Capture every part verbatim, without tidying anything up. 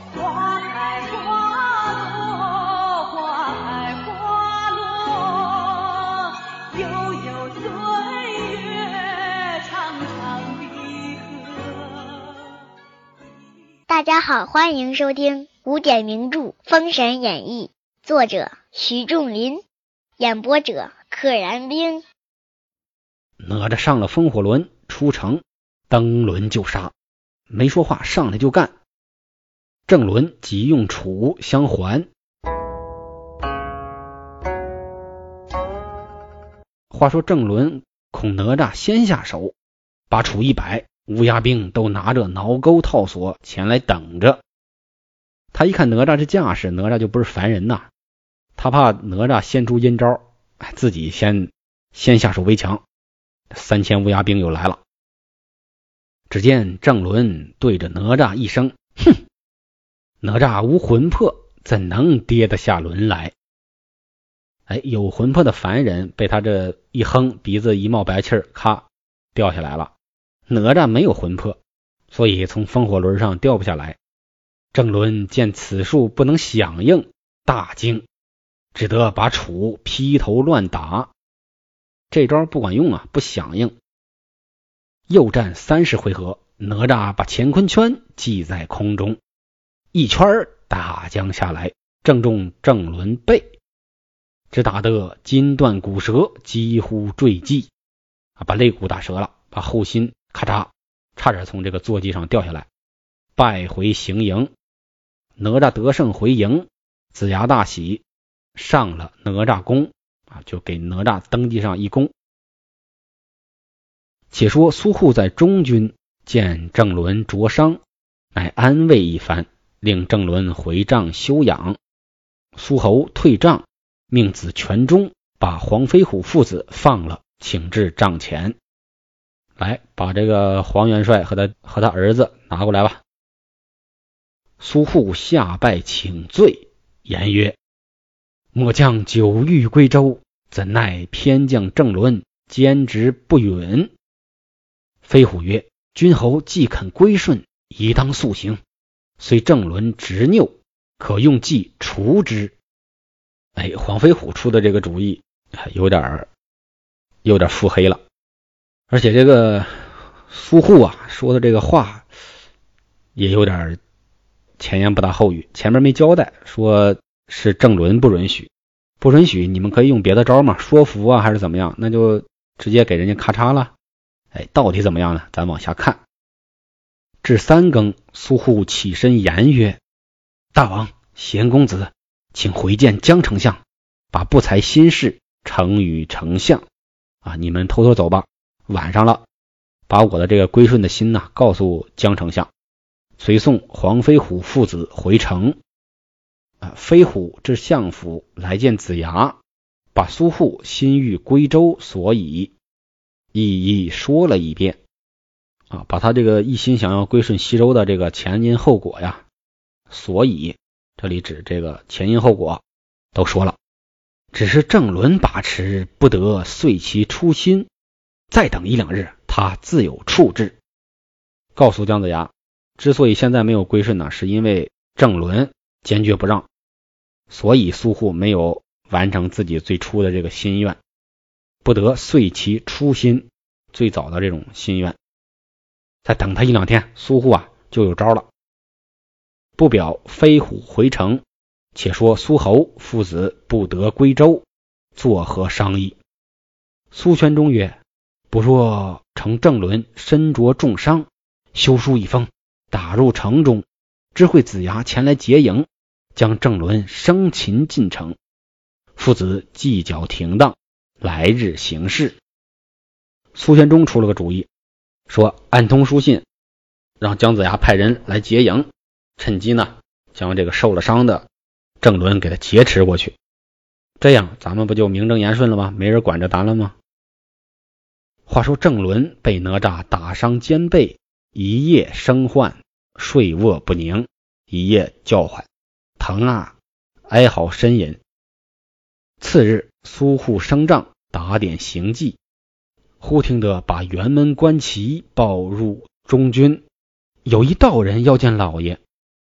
花开花落，花开花落，悠悠岁月长长的河。 大家好，欢迎收听古典名著《封神演义》，作者徐仲林，演播者可燃冰。 哪吒上了风火轮，出城登轮就杀，没说话，上来就干。郑伦即用杵相还。话说郑伦恐哪吒先下手，把杵一摆，乌鸦兵都拿着挠钩套索前来等着。他一看哪吒这架势，哪吒就不是凡人呐，他怕哪吒先出阴招，自己先先下手为强。三千乌鸦兵又来了。只见郑伦对着哪吒一声，哼，哪吒无魂魄，怎能跌得下轮来？哎，有魂魄的凡人被他这一哼，鼻子一冒白气儿，咔掉下来了。哪吒没有魂魄，所以从风火轮上掉不下来。郑伦见此术不能响应，大惊，只得把杵劈头乱打。这招不管用啊，不响应。又战三十回合，哪吒把乾坤圈系在空中，一圈打将下来，正中郑伦背，只打得筋断骨折，几乎坠地，把肋骨打折了，把后心咔嚓差点从这个坐骑上掉下来，败回行营。哪吒得胜回营，子牙大喜，上了哪吒宫啊，就给哪吒登记上一功。且说苏护在中军见郑伦灼伤，乃安慰一番，令郑伦回帐休养。苏侯退帐，命子全忠把黄飞虎父子放了，请至帐前。来，把这个黄元帅和他和他儿子拿过来吧。苏护下拜请罪，言曰：末将久欲归州，怎奈偏将郑伦坚持不允。飞虎曰：君侯既肯归顺，宜当速行，虽郑伦执拗，可用计除之。哎，黄飞虎出的这个主意有点有点腹黑了，而且这个苏护啊说的这个话也有点前言不搭后语，前面没交代，说是郑伦不允许，不允许你们可以用别的招嘛，说服啊还是怎么样，那就直接给人家咔嚓了。哎，到底怎么样呢？咱往下看。至三更，苏护起身言曰：大王，贤公子，请回见江丞相，把不才心事呈与丞相啊，你们偷偷走吧，晚上了，把我的这个归顺的心呐、啊、告诉江丞相。随送黄飞虎父子回城。啊，飞虎至相府来见子牙，把苏护心欲归州所以一一说了一遍啊，把他这个一心想要归顺西周的这个前因后果呀，所以这里指这个前因后果都说了。只是郑伦把持不得遂其初心，再等一两日，他自有处置。告诉姜子牙，之所以现在没有归顺呢，是因为郑伦坚决不让，所以苏护没有完成自己最初的这个心愿，不得遂其初心，最早的这种心愿。再等他一两天，苏护啊就有招了。不表飞虎回城，且说苏侯父子不得归州，作何商议？苏全忠曰：不若乘郑伦身着重伤，修书一封，打入城中，知会子牙前来结营，将郑伦生擒进城，父子计较停当，来日行事。苏全忠出了个主意，说暗通书信，让姜子牙派人来结营，趁机呢将这个受了伤的郑伦给他劫持过去，这样咱们不就名正言顺了吗？没人管着咱了吗？话说郑伦被哪吒打伤肩背，一夜生患，睡卧不宁，一夜叫唤疼啊，哀嚎呻吟。次日苏护升帐打点行迹，忽听得把辕门观旗报入中军，有一道人要见老爷，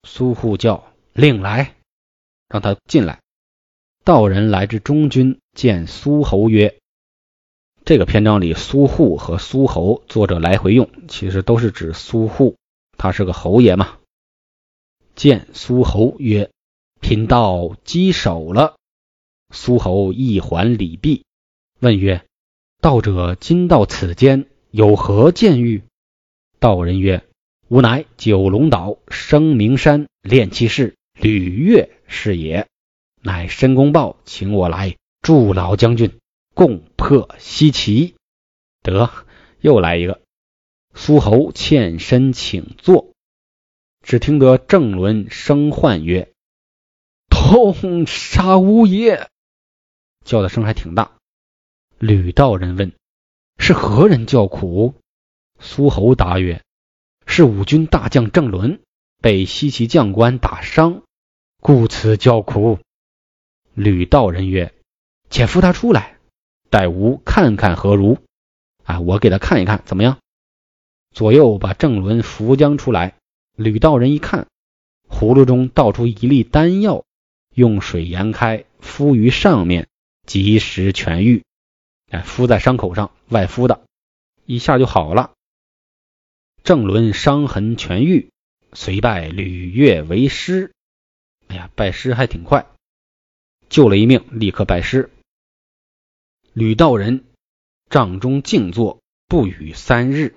苏护叫令来，让他进来。道人来至中军，见苏侯曰，这个篇章里苏护和苏侯作者来回用，其实都是指苏护，他是个侯爷嘛。见苏侯曰，贫道稽首了。苏侯一还礼毕，问曰，道者今到此间，有何见遇？道人曰，吾乃九龙岛生名山炼器士吕岳是也，乃申公豹请我来助老将军共破西岐。得，又来一个。苏侯欠身请坐，只听得郑伦声唤曰，痛杀吾也，叫的声还挺大。吕道人问，是何人叫苦？苏侯答曰，是五军大将郑伦，被西岐将官打伤，故此叫苦。吕道人曰，且扶他出来，待吾看看何如。啊，我给他看一看怎么样？左右把郑伦扶将出来，吕道人一看，葫芦中倒出一粒丹药，用水研开，敷于上面，及时痊愈。哎，敷在伤口上，外敷的，一下就好了。郑伦伤痕痊愈，遂拜吕岳为师。哎呀，拜师还挺快，救了一命，立刻拜师。吕道人帐中静坐，不语三日。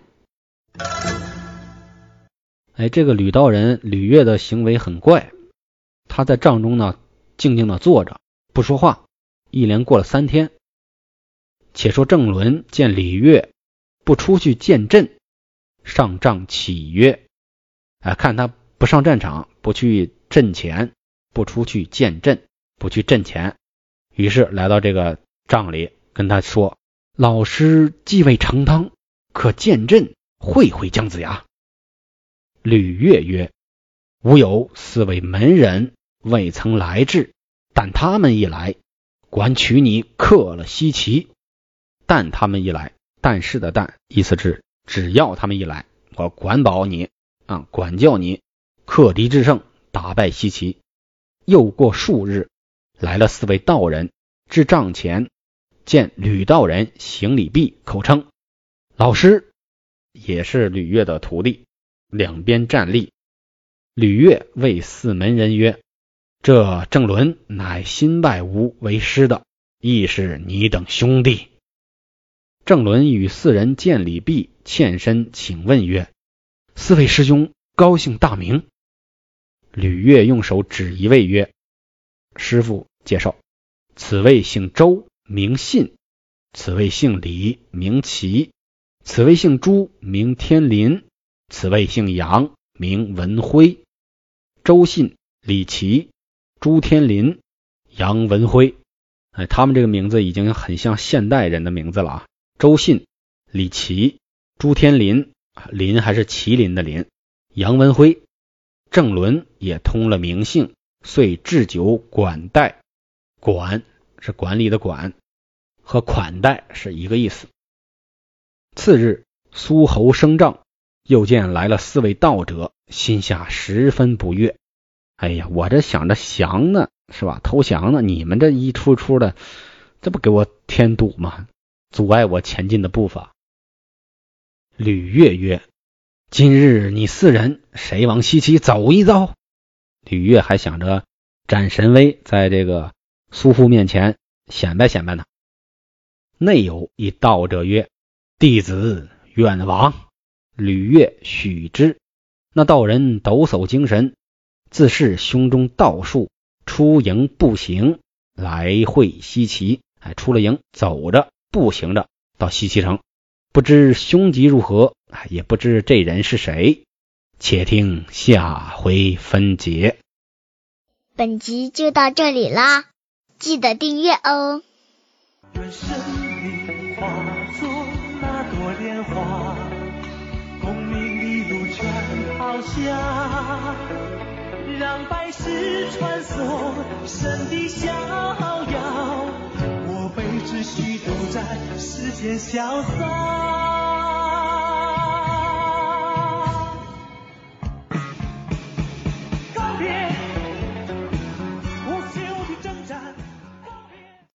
哎，这个吕道人吕岳的行为很怪，他在帐中呢静静的坐着，不说话，一连过了三天。且说郑伦见吕岳不出去见阵，上帐起曰，哎，看他不上战场，不去阵前，不出去见阵，不去阵前，于是来到这个帐里跟他说，老师既未成汤，可见阵会会姜子牙。吕岳曰，吾有四位门人未曾来至，但他们一来，管取你克了西岐。但他们一来，但是的但意思是只要他们一来，我管保你啊，管教你克敌制胜，打败西岐。又过数日，来了四位道人，至帐前，见吕道人行礼毕，口称老师，也是吕岳的徒弟，两边站立。吕岳谓四门人曰，这郑伦乃新拜吾为师的，亦是你等兄弟。郑伦与四人见礼毕，欠身请问曰，四位师兄高姓大名？吕岳用手指一位曰，师父介绍，此位姓周，名信；此位姓李，名齐；此位姓朱，名天林；此位姓杨，名文辉。周信、李齐、朱天林、杨文辉，哎，他们这个名字已经很像现代人的名字了啊。周信、李齐、朱天林，林还是麒麟的麟，杨文辉。郑伦也通了名姓，遂置酒管待。管是管理的管，和款待是一个意思。次日，苏侯升帐，又见来了四位道者，心下十分不悦。哎呀，我这想着降呢，是吧？投降呢，你们这一出出的，这不给我添堵吗？阻碍我前进的步伐。吕岳曰，今日你四人谁往西岐走一遭？吕岳还想着展神威，在这个苏护面前显摆显摆呢。内有一道者曰，弟子愿往。吕岳许之。那道人抖擞精神，自是胸中道术，出营步行，来会西岐。哎，出了营，走着步行着到西岐城，不知凶吉如何，也不知这人是谁，且听下回分解。 本集就到这里啦，记得订阅哦。 愿生命化作那朵莲花，功名利禄全抛下，让百世传颂神的逍遥，我辈只需都在世间潇洒。